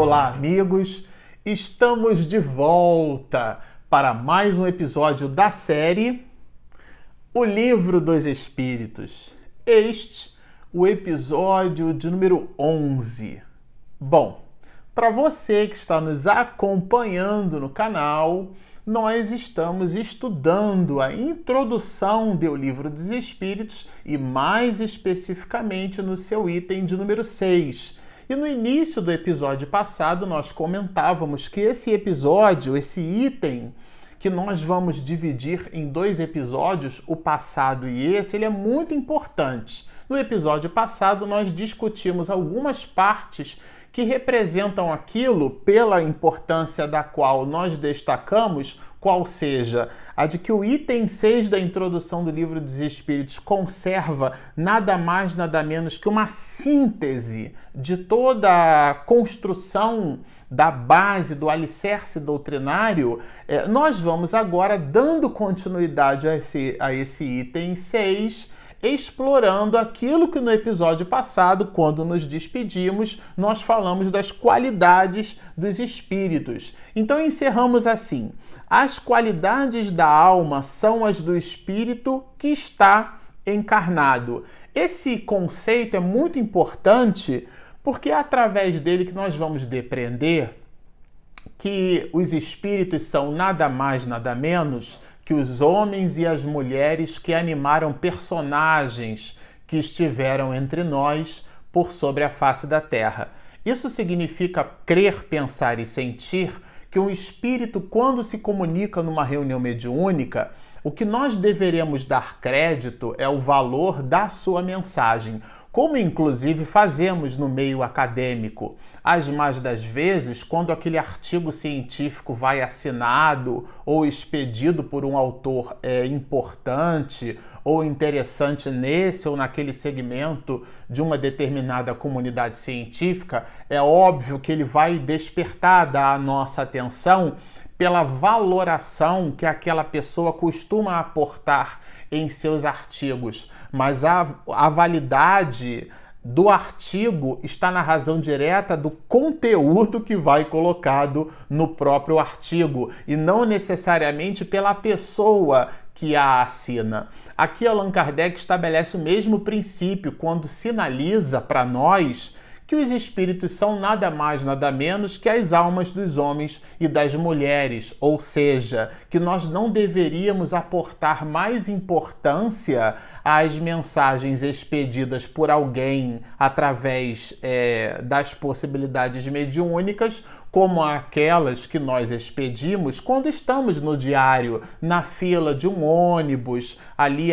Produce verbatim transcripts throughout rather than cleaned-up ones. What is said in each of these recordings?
Olá, amigos! Estamos de volta para mais um episódio da série O Livro dos Espíritos. Este, o episódio de número onze. Bom, para você que está nos acompanhando no canal, nós estamos estudando a introdução do Livro dos Espíritos e mais especificamente no seu item de número seis. E no início do episódio passado nós comentávamos que esse episódio, esse item que nós vamos dividir em dois episódios, o passado e esse, ele é muito importante. No episódio passado nós discutimos algumas partes que representam aquilo pela importância da qual nós destacamos, qual seja a de que o item seis da introdução do Livro dos Espíritos conserva nada mais, nada menos que uma síntese de toda a construção da base, do alicerce doutrinário. É, nós vamos agora dando continuidade a esse, a esse item seis, explorando aquilo que no episódio passado, quando nos despedimos, nós falamos das qualidades dos espíritos. Então encerramos assim: as qualidades da alma são as do espírito que está encarnado. Esse conceito é muito importante porque é através dele que nós vamos depreender que os espíritos são nada mais, nada menos que os homens e as mulheres que animaram personagens que estiveram entre nós por sobre a face da terra. Isso significa crer, pensar e sentir que um espírito, quando se comunica numa reunião mediúnica, o que nós deveremos dar crédito é o valor da sua mensagem, como inclusive fazemos no meio acadêmico. As mais das vezes, quando aquele artigo científico vai assinado ou expedido por um autor é, importante ou interessante nesse ou naquele segmento de uma determinada comunidade científica, é óbvio que ele vai despertar da nossa atenção pela valoração que aquela pessoa costuma aportar em seus artigos. Mas a, a validade do artigo está na razão direta do conteúdo que vai colocado no próprio artigo e não necessariamente pela pessoa que a assina. Aqui Allan Kardec estabelece o mesmo princípio quando sinaliza para nós que os espíritos são nada mais, nada menos que as almas dos homens e das mulheres, ou seja, que nós não deveríamos aportar mais importância às mensagens expedidas por alguém através é, das possibilidades mediúnicas, como aquelas que nós expedimos quando estamos no diário, na fila de um ônibus, ali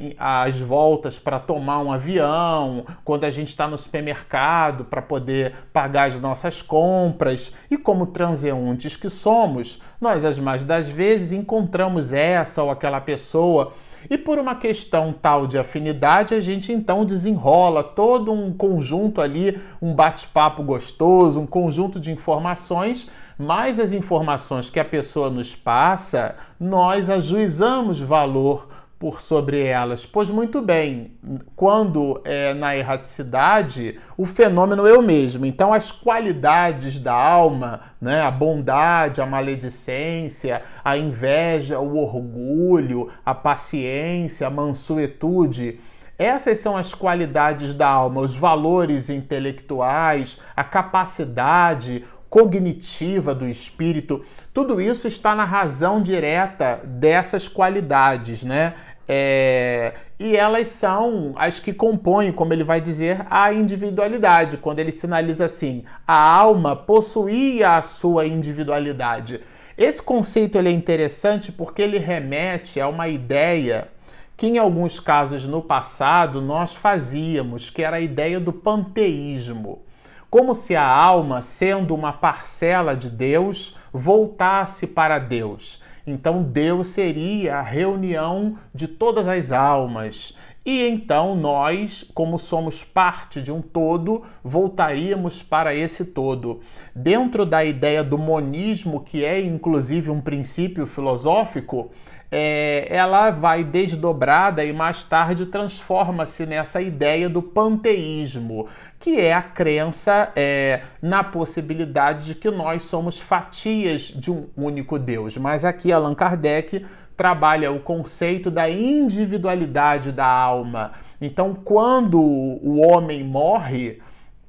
às voltas para tomar um avião, quando a gente está no supermercado para poder pagar as nossas compras. E como transeuntes que somos, nós as mais das vezes encontramos essa ou aquela pessoa e por uma questão tal de afinidade, a gente então desenrola todo um conjunto ali, um bate-papo gostoso, um conjunto de informações, mas as informações que a pessoa nos passa, nós ajuizamos valor por sobre elas. Pois muito bem, quando é na erraticidade, o fenômeno é o mesmo. Então as qualidades da alma, né, a bondade, a maledicência, a inveja, o orgulho, a paciência, a mansuetude, essas são as qualidades da alma, os valores intelectuais, a capacidade cognitiva do espírito. Tudo isso está na razão direta dessas qualidades, né? É, e elas são as que compõem, como ele vai dizer, a individualidade, quando ele sinaliza assim: a alma possuía a sua individualidade. Esse conceito ele é interessante porque ele remete a uma ideia que em alguns casos no passado nós fazíamos, que era a ideia do panteísmo. Como se a alma, sendo uma parcela de Deus, voltasse para Deus. Então Deus seria a reunião de todas as almas e então nós, como somos parte de um todo, voltaríamos para esse todo. Dentro da ideia do monismo, que é inclusive um princípio filosófico, é, ela vai desdobrada e mais tarde transforma-se nessa ideia do panteísmo, que é a crença é, na possibilidade de que nós somos fatias de um único Deus. Mas aqui Allan Kardec trabalha o conceito da individualidade da alma. Então, quando o homem morre,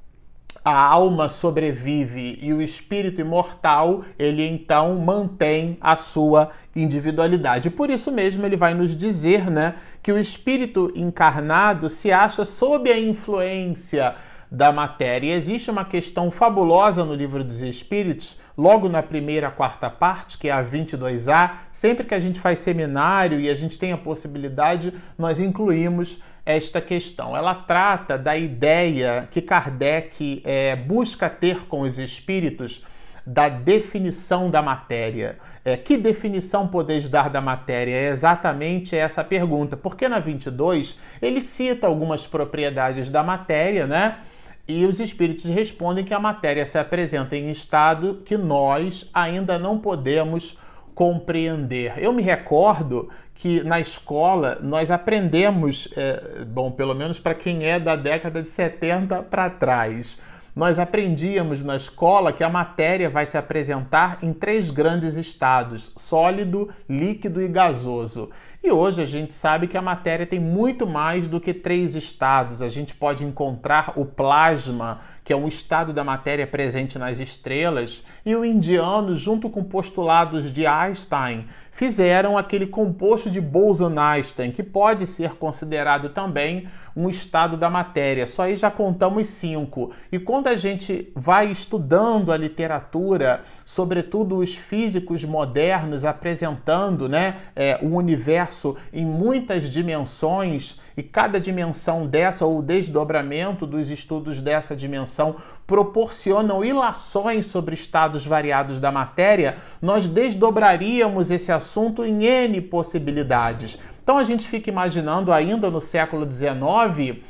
a alma sobrevive e o espírito imortal, ele então mantém a sua individualidade. Por isso mesmo ele vai nos dizer, né, que o espírito encarnado se acha sob a influência da matéria. E existe uma questão fabulosa no Livro dos Espíritos, logo na primeira quarta parte, que é a vinte e dois A. Sempre que a gente faz seminário e a gente tem a possibilidade, nós incluímos esta questão. Ela trata da ideia que Kardec é, busca ter com os espíritos da definição da matéria. É, que definição podeis dar da matéria? É exatamente essa pergunta. Porque na vinte e dois ele cita algumas propriedades da matéria, né? E os espíritos respondem que a matéria se apresenta em estado que nós ainda não podemos compreender. Eu me recordo que na escola nós aprendemos, é, bom, pelo menos para quem é da década de setenta para trás, nós aprendíamos na escola que a matéria vai se apresentar em três grandes estados: sólido, líquido e gasoso. E hoje a gente sabe que a matéria tem muito mais do que três estados. A gente pode encontrar o plasma, que é um estado da matéria presente nas estrelas, e o indiano, junto com postulados de Einstein, fizeram aquele composto de Bose-Einstein, que pode ser considerado também um estado da matéria. Só aí já contamos cinco. E quando a gente vai estudando a literatura, sobretudo os físicos modernos apresentando, né, é, o universo em muitas dimensões, e cada dimensão dessa, ou o desdobramento dos estudos dessa dimensão, proporcionam ilações sobre estados variados da matéria, nós desdobraríamos esse assunto em N possibilidades. Então a gente fica imaginando ainda no século dezenove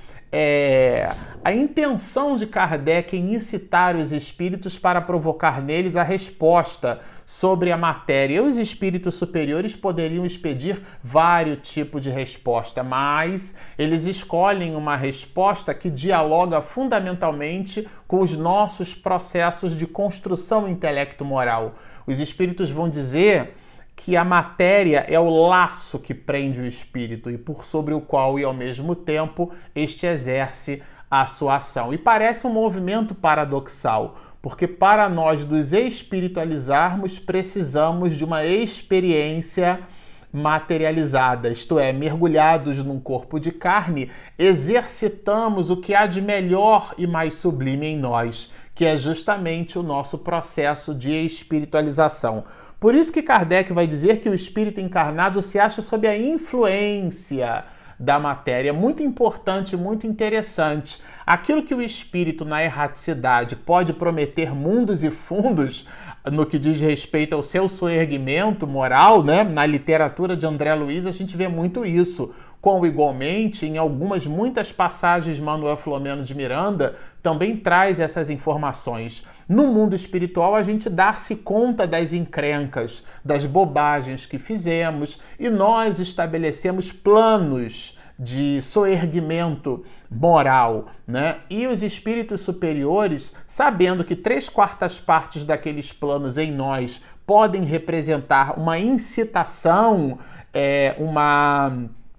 é, a intenção de Kardec em incitar os espíritos para provocar neles a resposta sobre a matéria. E os espíritos superiores poderiam expedir vários tipos de resposta, mas eles escolhem uma resposta que dialoga fundamentalmente com os nossos processos de construção intelecto-moral. Os espíritos vão dizer que a matéria é o laço que prende o espírito e por sobre o qual, e ao mesmo tempo, este exerce a sua ação. E parece um movimento paradoxal, porque para nós nos espiritualizarmos, precisamos de uma experiência materializada, isto é, mergulhados num corpo de carne, exercitamos o que há de melhor e mais sublime em nós, que é justamente o nosso processo de espiritualização. Por isso que Kardec vai dizer que o espírito encarnado se acha sob a influência da matéria. Muito importante, muito interessante. Aquilo que o espírito na erraticidade pode prometer mundos e fundos no que diz respeito ao seu soerguimento moral, né? Na literatura de André Luiz a gente vê muito isso. Como igualmente, em algumas, muitas passagens, Manuel Filomeno de Miranda também traz essas informações. No mundo espiritual, a gente dá-se conta das encrencas, das bobagens que fizemos, e nós estabelecemos planos de soerguimento moral, né? E os espíritos superiores, sabendo que três quartas partes daqueles planos em nós podem representar uma incitação, é, uma...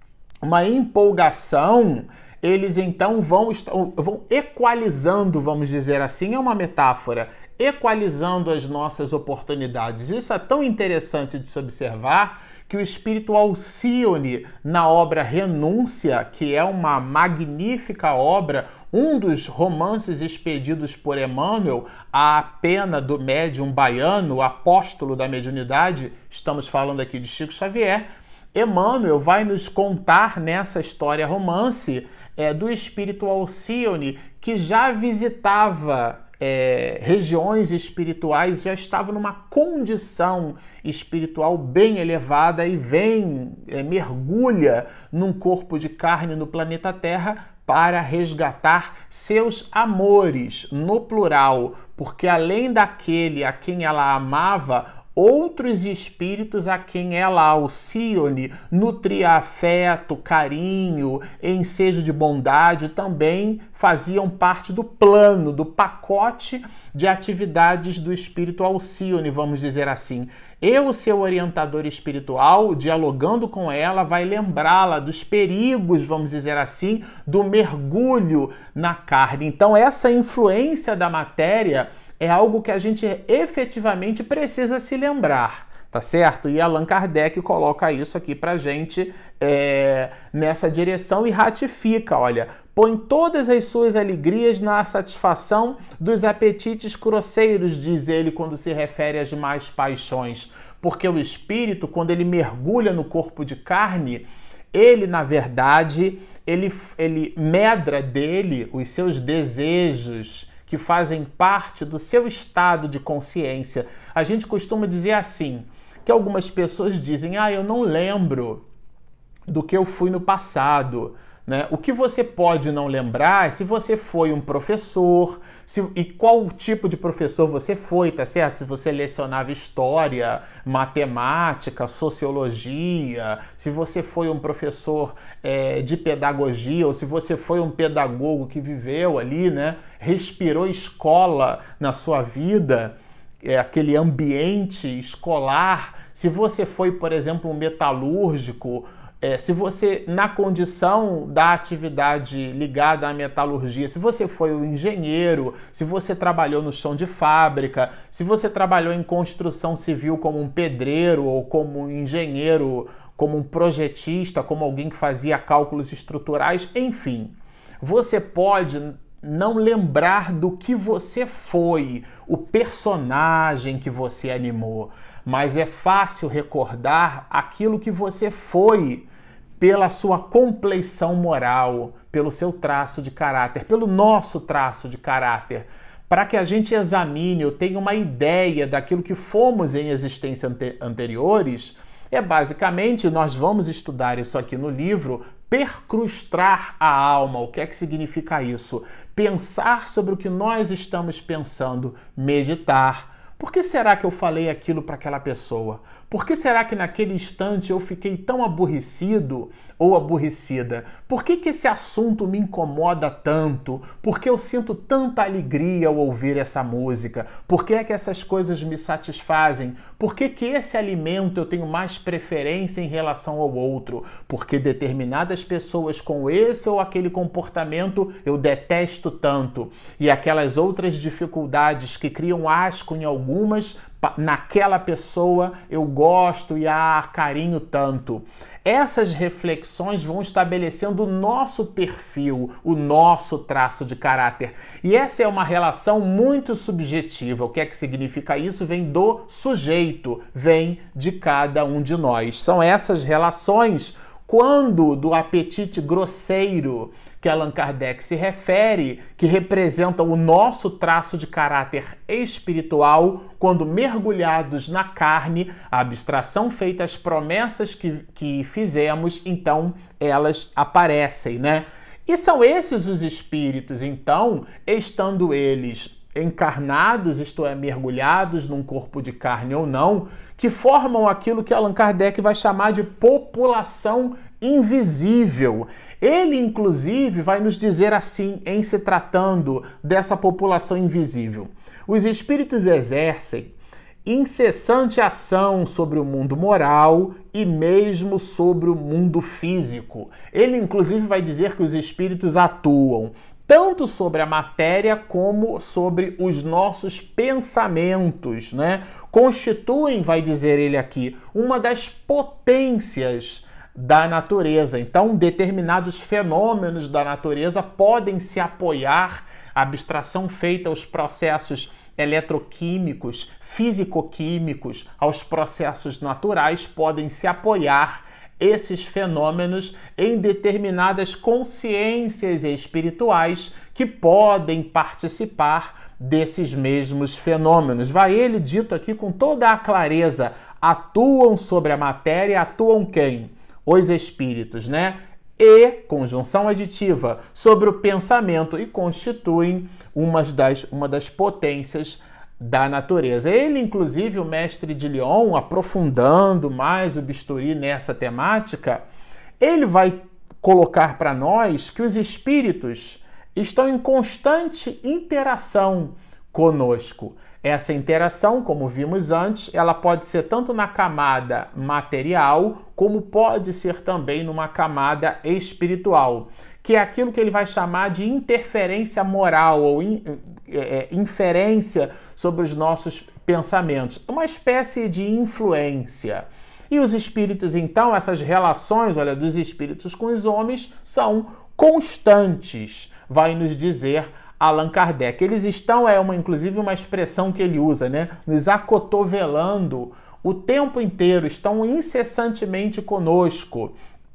uma empolgação, eles então vão, vão equalizando, vamos dizer assim, é uma metáfora, equalizando as nossas oportunidades. Isso é tão interessante de se observar que o espírito Alcione, na obra Renúncia, que é uma magnífica obra, um dos romances expedidos por Emmanuel, a pena do médium baiano, o apóstolo da mediunidade, estamos falando aqui de Chico Xavier. Emmanuel vai nos contar nessa história romance é, do espírito Alcione, que já visitava é, regiões espirituais, já estava numa condição espiritual bem elevada e vem, é, mergulha num corpo de carne no planeta Terra para resgatar seus amores, no plural, porque além daquele a quem ela amava, outros espíritos a quem ela, Alcione, nutria afeto, carinho, ensejo de bondade, também faziam parte do plano, do pacote de atividades do espírito Alcione, vamos dizer assim. Eu, seu orientador espiritual, dialogando com ela, vai lembrá-la dos perigos, vamos dizer assim, do mergulho na carne. Então, essa influência da matéria é algo que a gente efetivamente precisa se lembrar, tá certo? E Allan Kardec coloca isso aqui pra gente é, nessa direção e ratifica, olha, põe todas as suas alegrias na satisfação dos apetites grosseiros, diz ele quando se refere às más paixões, porque o espírito, quando ele mergulha no corpo de carne, ele, na verdade, ele, ele medra dele os seus desejos, que fazem parte do seu estado de consciência. A gente costuma dizer assim, que algumas pessoas dizem, ah, eu não lembro do que eu fui no passado, né? O que você pode não lembrar é se você foi um professor, se, e qual tipo de professor você foi, tá certo? Se você lecionava história, matemática, sociologia, se você foi um professor é, de pedagogia, ou se você foi um pedagogo que viveu ali, né? Respirou escola na sua vida, é, aquele ambiente escolar. Se você foi, por exemplo, um metalúrgico, É, se você, na condição da atividade ligada à metalurgia, se você foi um engenheiro, se você trabalhou no chão de fábrica, se você trabalhou em construção civil como um pedreiro ou como um engenheiro, como um projetista, como alguém que fazia cálculos estruturais, enfim, você pode não lembrar do que você foi, o personagem que você animou, mas é fácil recordar aquilo que você foi pela sua compleição moral, pelo seu traço de caráter, pelo nosso traço de caráter, para que a gente examine ou tenha uma ideia daquilo que fomos em existências ante- anteriores, é basicamente, nós vamos estudar isso aqui no livro, percrustar a alma. O que é que significa isso? Pensar sobre o que nós estamos pensando, meditar. Por que será que eu falei aquilo para aquela pessoa? Por que será que naquele instante eu fiquei tão aborrecido ou aborrecida? Por que que esse assunto me incomoda tanto? Por que eu sinto tanta alegria ao ouvir essa música? Por que é que essas coisas me satisfazem? Por que que esse alimento eu tenho mais preferência em relação ao outro? Porque determinadas pessoas com esse ou aquele comportamento eu detesto tanto. E aquelas outras dificuldades que criam asco em algumas, naquela pessoa eu gosto e a carinho tanto. Essas reflexões vão estabelecendo o nosso perfil, o nosso traço de caráter. E essa é uma relação muito subjetiva. O que é que significa isso? Vem do sujeito, vem de cada um de nós. São essas relações, quando do apetite grosseiro que Allan Kardec se refere, que representa o nosso traço de caráter espiritual, quando mergulhados na carne, a abstração feita, as promessas que, que fizemos, então elas aparecem, né? E são esses os espíritos, então, estando eles encarnados, isto é, mergulhados num corpo de carne ou não, que formam aquilo que Allan Kardec vai chamar de população invisível. Ele, inclusive, vai nos dizer assim, em se tratando dessa população invisível: os espíritos exercem incessante ação sobre o mundo moral e mesmo sobre o mundo físico. Ele, inclusive, vai dizer que os espíritos atuam tanto sobre a matéria como sobre os nossos pensamentos, né? Constituem, vai dizer ele aqui, uma das potências da natureza. Então, determinados fenômenos da natureza podem se apoiar, a abstração feita aos processos eletroquímicos, físico-químicos, aos processos naturais, podem se apoiar esses fenômenos em determinadas consciências espirituais que podem participar desses mesmos fenômenos. Vai ele dito aqui com toda a clareza: atuam sobre a matéria, atuam quem? Os espíritos, né? E, conjunção aditiva, sobre o pensamento, e constituem uma das, uma das potências da natureza. Ele, inclusive, o mestre de Lyon, aprofundando mais o bisturi nessa temática, ele vai colocar para nós que os espíritos estão em constante interação conosco. Essa interação, como vimos antes, ela pode ser tanto na camada material, como pode ser também numa camada espiritual, que é aquilo que ele vai chamar de interferência moral ou in, é, inferência sobre os nossos pensamentos, uma espécie de influência. E os espíritos, então, essas relações, olha, dos espíritos com os homens são constantes, vai nos dizer Allan Kardec. Eles estão, é uma, inclusive uma expressão que ele usa, né? Nos acotovelando o tempo inteiro, estão incessantemente conosco.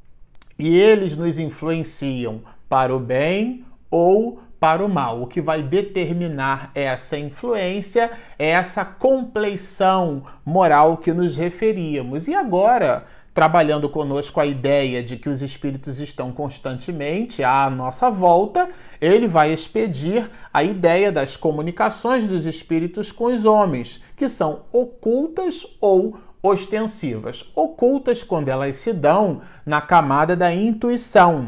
E eles nos influenciam para o bem ou para o mal. O que vai determinar essa influência é essa compleição moral que nos referíamos. E agora, trabalhando conosco a ideia de que os espíritos estão constantemente à nossa volta, ele vai expedir a ideia das comunicações dos espíritos com os homens, que são ocultas ou ostensivas. Ocultas quando elas se dão na camada da intuição,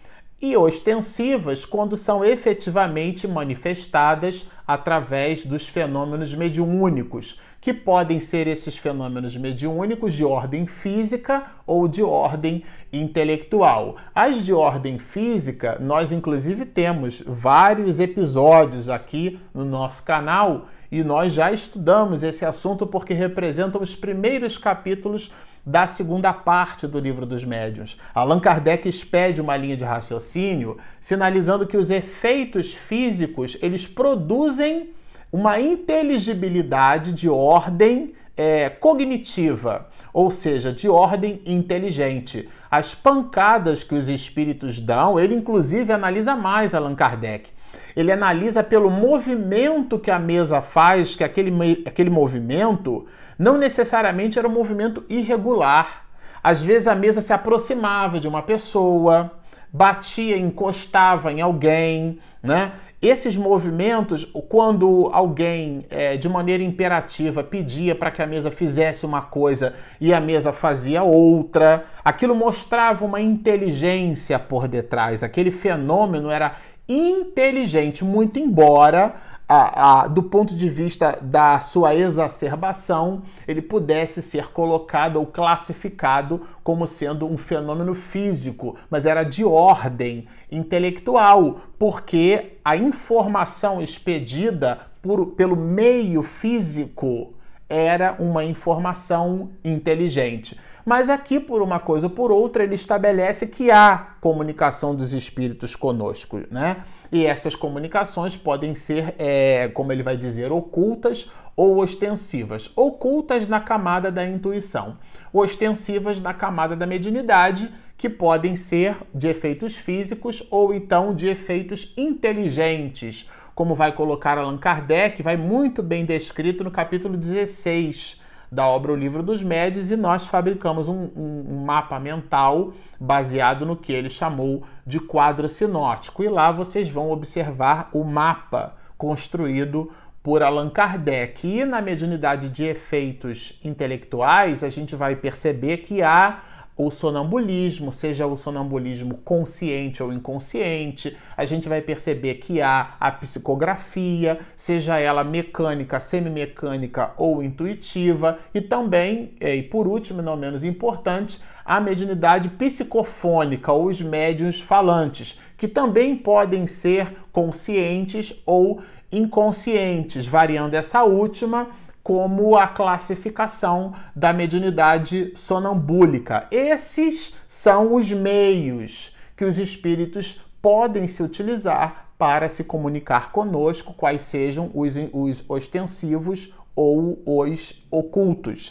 e ostensivas quando são efetivamente manifestadas através dos fenômenos mediúnicos, que podem ser esses fenômenos mediúnicos de ordem física ou de ordem intelectual. As de ordem física, nós inclusive temos vários episódios aqui no nosso canal e nós já estudamos esse assunto porque representam os primeiros capítulos da segunda parte do Livro dos Médiuns. Allan Kardec expede uma linha de raciocínio sinalizando que os efeitos físicos eles produzem uma inteligibilidade de ordem é, cognitiva, ou seja, de ordem inteligente. As pancadas que os espíritos dão, ele inclusive analisa mais, Allan Kardec. Ele analisa pelo movimento que a mesa faz, que aquele, aquele movimento não necessariamente era um movimento irregular. Às vezes a mesa se aproximava de uma pessoa, batia, encostava em alguém, né? Esses movimentos, quando alguém, é, de maneira imperativa, pedia para que a mesa fizesse uma coisa e a mesa fazia outra, aquilo mostrava uma inteligência por detrás. Aquele fenômeno era inteligente, muito embora, a, a, do ponto de vista da sua exacerbação, ele pudesse ser colocado ou classificado como sendo um fenômeno físico, mas era de ordem intelectual, porque a informação expedida por, pelo meio físico era uma informação inteligente. Mas aqui, por uma coisa ou por outra, ele estabelece que há comunicação dos espíritos conosco, né? E essas comunicações podem ser, é, como ele vai dizer, ocultas ou ostensivas. Ocultas na camada da intuição, ostensivas na camada da mediunidade, que podem ser de efeitos físicos ou então de efeitos inteligentes, como vai colocar Allan Kardec, vai muito bem descrito no capítulo dezesseis da obra O Livro dos Médiuns, e nós fabricamos um, um, um mapa mental baseado no que ele chamou de quadro sinótico. E lá vocês vão observar o mapa construído por Allan Kardec. E na mediunidade de efeitos intelectuais, a gente vai perceber que há o sonambulismo, seja o sonambulismo consciente ou inconsciente. A gente vai perceber que há a psicografia, seja ela mecânica, semimecânica ou intuitiva, e também, e por último, não menos importante, a mediunidade psicofônica ou os médiuns falantes, que também podem ser conscientes ou inconscientes, variando essa última como a classificação da mediunidade sonambúlica. Esses são os meios que os espíritos podem se utilizar para se comunicar conosco, quais sejam os, os ostensivos ou os ocultos.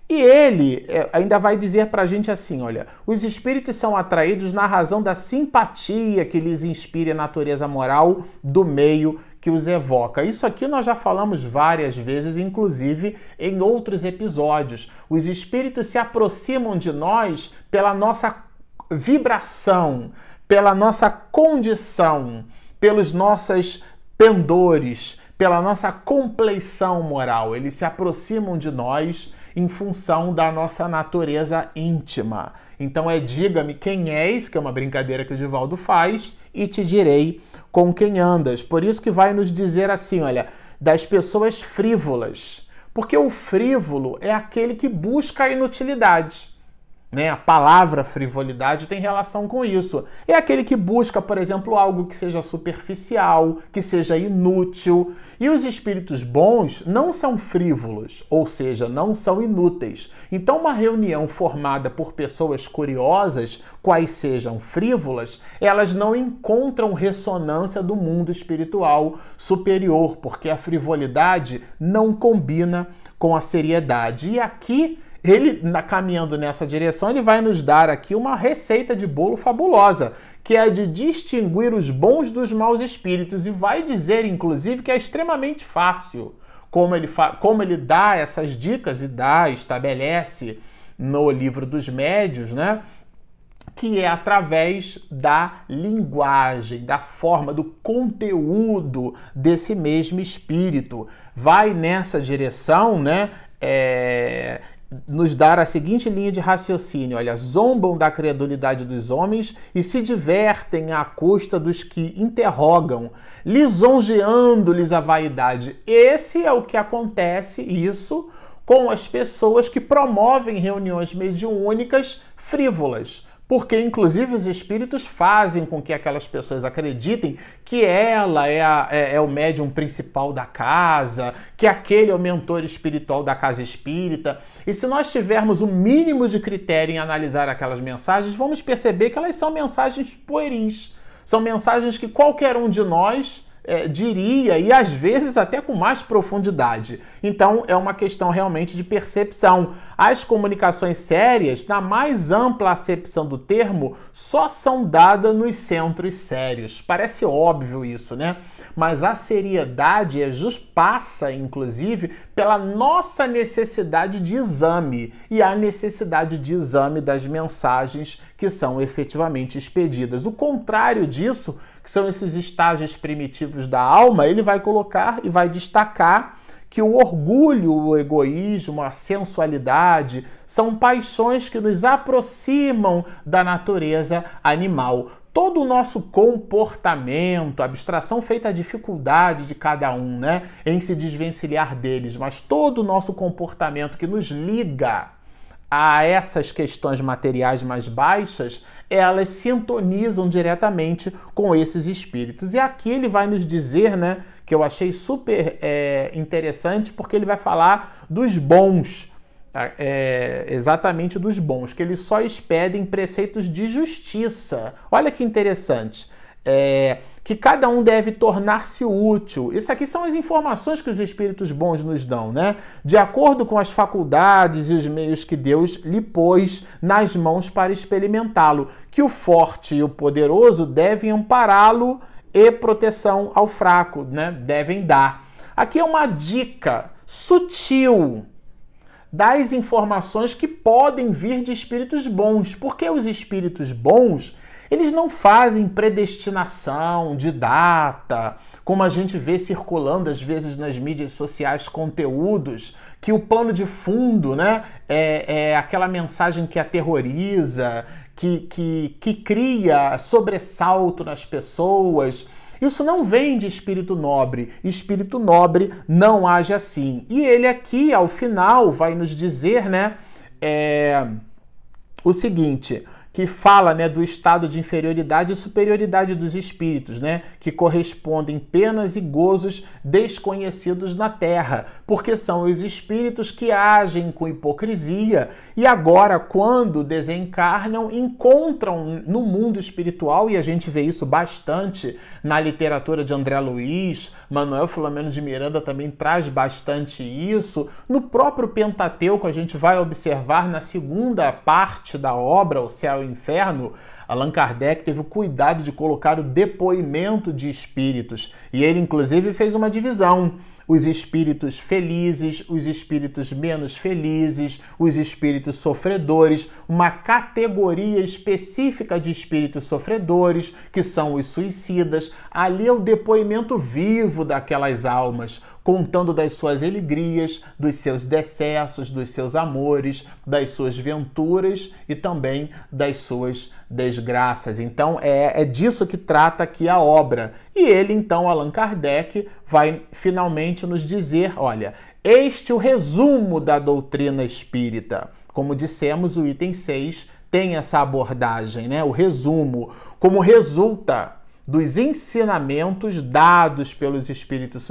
E ele ainda vai dizer para a gente assim, olha, os espíritos são atraídos na razão da simpatia que lhes inspira a natureza moral do meio que os evoca. Isso aqui nós já falamos várias vezes, inclusive em outros episódios. Os espíritos se aproximam de nós pela nossa vibração, pela nossa condição, pelos nossos pendores, pela nossa compleição moral. Eles se aproximam de nós em função da nossa natureza íntima. Então é diga-me quem és, que é uma brincadeira que o Divaldo faz, e te direi com quem andas. Por isso que vai nos dizer assim, olha, das pessoas frívolas. Porque o frívolo é aquele que busca a inutilidade. Né? A palavra frivolidade tem relação com isso. É aquele que busca, por exemplo, algo que seja superficial, que seja inútil. E os espíritos bons não são frívolos, ou seja, não são inúteis. Então, uma reunião formada por pessoas curiosas, quais sejam frívolas, elas não encontram ressonância do mundo espiritual superior, porque a frivolidade não combina com a seriedade. E aqui, ele, caminhando nessa direção, ele vai nos dar aqui uma receita de bolo fabulosa, que é de distinguir os bons dos maus espíritos, e vai dizer, inclusive, que é extremamente fácil, como ele, como ele dá essas dicas e dá, estabelece no Livro dos Médiuns, né? Que é através da linguagem, da forma, do conteúdo desse mesmo espírito. Vai nessa direção, né? É... nos dar a seguinte linha de raciocínio, olha, zombam da credulidade dos homens e se divertem à custa dos que interrogam, lisonjeando-lhes a vaidade. Esse é o que acontece, isso, com as pessoas que promovem reuniões mediúnicas frívolas. Porque, inclusive, os espíritos fazem com que aquelas pessoas acreditem que ela é, a, é, é o médium principal da casa, que aquele é o mentor espiritual da casa espírita. E se nós tivermos o mínimo de critério em analisar aquelas mensagens, vamos perceber que elas são mensagens pueris. São mensagens que qualquer um de nós É, diria, e às vezes até com mais profundidade. Então é uma questão realmente de percepção. As comunicações sérias, na mais ampla acepção do termo, só são dadas nos centros sérios. Parece óbvio isso, né? Mas a seriedade é just, passa, inclusive, pela nossa necessidade de exame e a necessidade de exame das mensagens que são efetivamente expedidas. O contrário disso, que são esses estágios primitivos da alma, ele vai colocar e vai destacar que o orgulho, o egoísmo, a sensualidade são paixões que nos aproximam da natureza animal. Todo o nosso comportamento, a abstração feita à dificuldade de cada um, né, em se desvencilhar deles, mas todo o nosso comportamento que nos liga a essas questões materiais mais baixas, elas sintonizam diretamente com esses espíritos. E aqui ele vai nos dizer, né, que eu achei super é, interessante, porque ele vai falar dos bons, é, exatamente dos bons, que eles só expedem preceitos de justiça. Olha que interessante. É, que cada um deve tornar-se útil. Isso aqui são as informações que os espíritos bons nos dão, né? De acordo com as faculdades e os meios que Deus lhe pôs nas mãos para experimentá-lo. Que o forte e o poderoso devem ampará-lo e proteção ao fraco, né? Devem dar. Aqui é uma dica sutil das informações que podem vir de espíritos bons. Porque os espíritos bons, eles não fazem predestinação de data, como a gente vê circulando às vezes nas mídias sociais conteúdos, que o pano de fundo, né, é, é aquela mensagem que aterroriza, que, que, que cria sobressalto nas pessoas. Isso não vem de espírito nobre. Espírito nobre não age assim. E ele aqui, ao final, vai nos dizer, né, é, o seguinte, que fala, né, do estado de inferioridade e superioridade dos espíritos, né, que correspondem penas e gozos desconhecidos na Terra, porque são os espíritos que agem com hipocrisia e agora, quando desencarnam, encontram no mundo espiritual, e a gente vê isso bastante na literatura de André Luiz, Manuel Filomeno de Miranda também traz bastante isso, no próprio Pentateuco a gente vai observar na segunda parte da obra, O Céu e o Inferno, Allan Kardec teve o cuidado de colocar o depoimento de espíritos. E ele, inclusive, fez uma divisão. Os espíritos felizes, os espíritos menos felizes, os espíritos sofredores, uma categoria específica de espíritos sofredores, que são os suicidas. Ali é o depoimento vivo daquelas almas, contando das suas alegrias, dos seus decessos, dos seus amores, das suas venturas e também das suas desgraças. Então é, é disso que trata aqui a obra. E ele, então, Allan Kardec, vai finalmente nos dizer, olha, este é o resumo da doutrina espírita. Como dissemos, o item seis tem essa abordagem, né? O resumo, como resulta dos ensinamentos dados pelos espíritos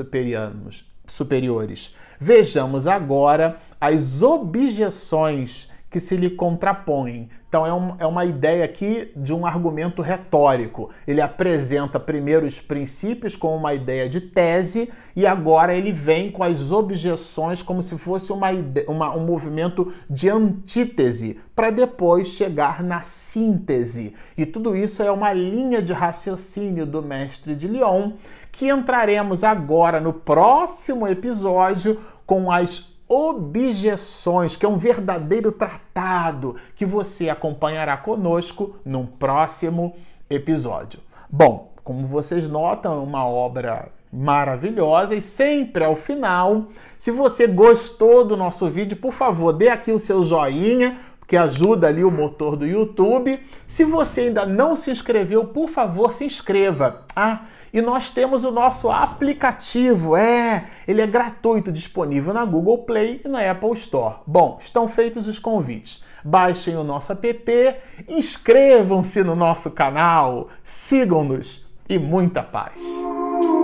superiores. Vejamos agora as objeções que se lhe contrapõem. Então é, um, é uma ideia aqui de um argumento retórico. Ele apresenta primeiro os princípios como uma ideia de tese e agora ele vem com as objeções como se fosse uma, uma, um movimento de antítese para depois chegar na síntese. E tudo isso é uma linha de raciocínio do mestre de Lyon que entraremos agora no próximo episódio com as objeções, que é um verdadeiro tratado que você acompanhará conosco num próximo episódio. Bom, como vocês notam, é uma obra maravilhosa e sempre ao final, se você gostou do nosso vídeo, por favor, dê aqui o seu joinha, que ajuda ali o motor do YouTube. Se você ainda não se inscreveu, por favor, se inscreva. Ah, e nós temos o nosso aplicativo, é, ele é gratuito, disponível na Google Play e na Apple Store. Bom, estão feitos os convites. Baixem o nosso app, inscrevam-se no nosso canal, sigam-nos e muita paz.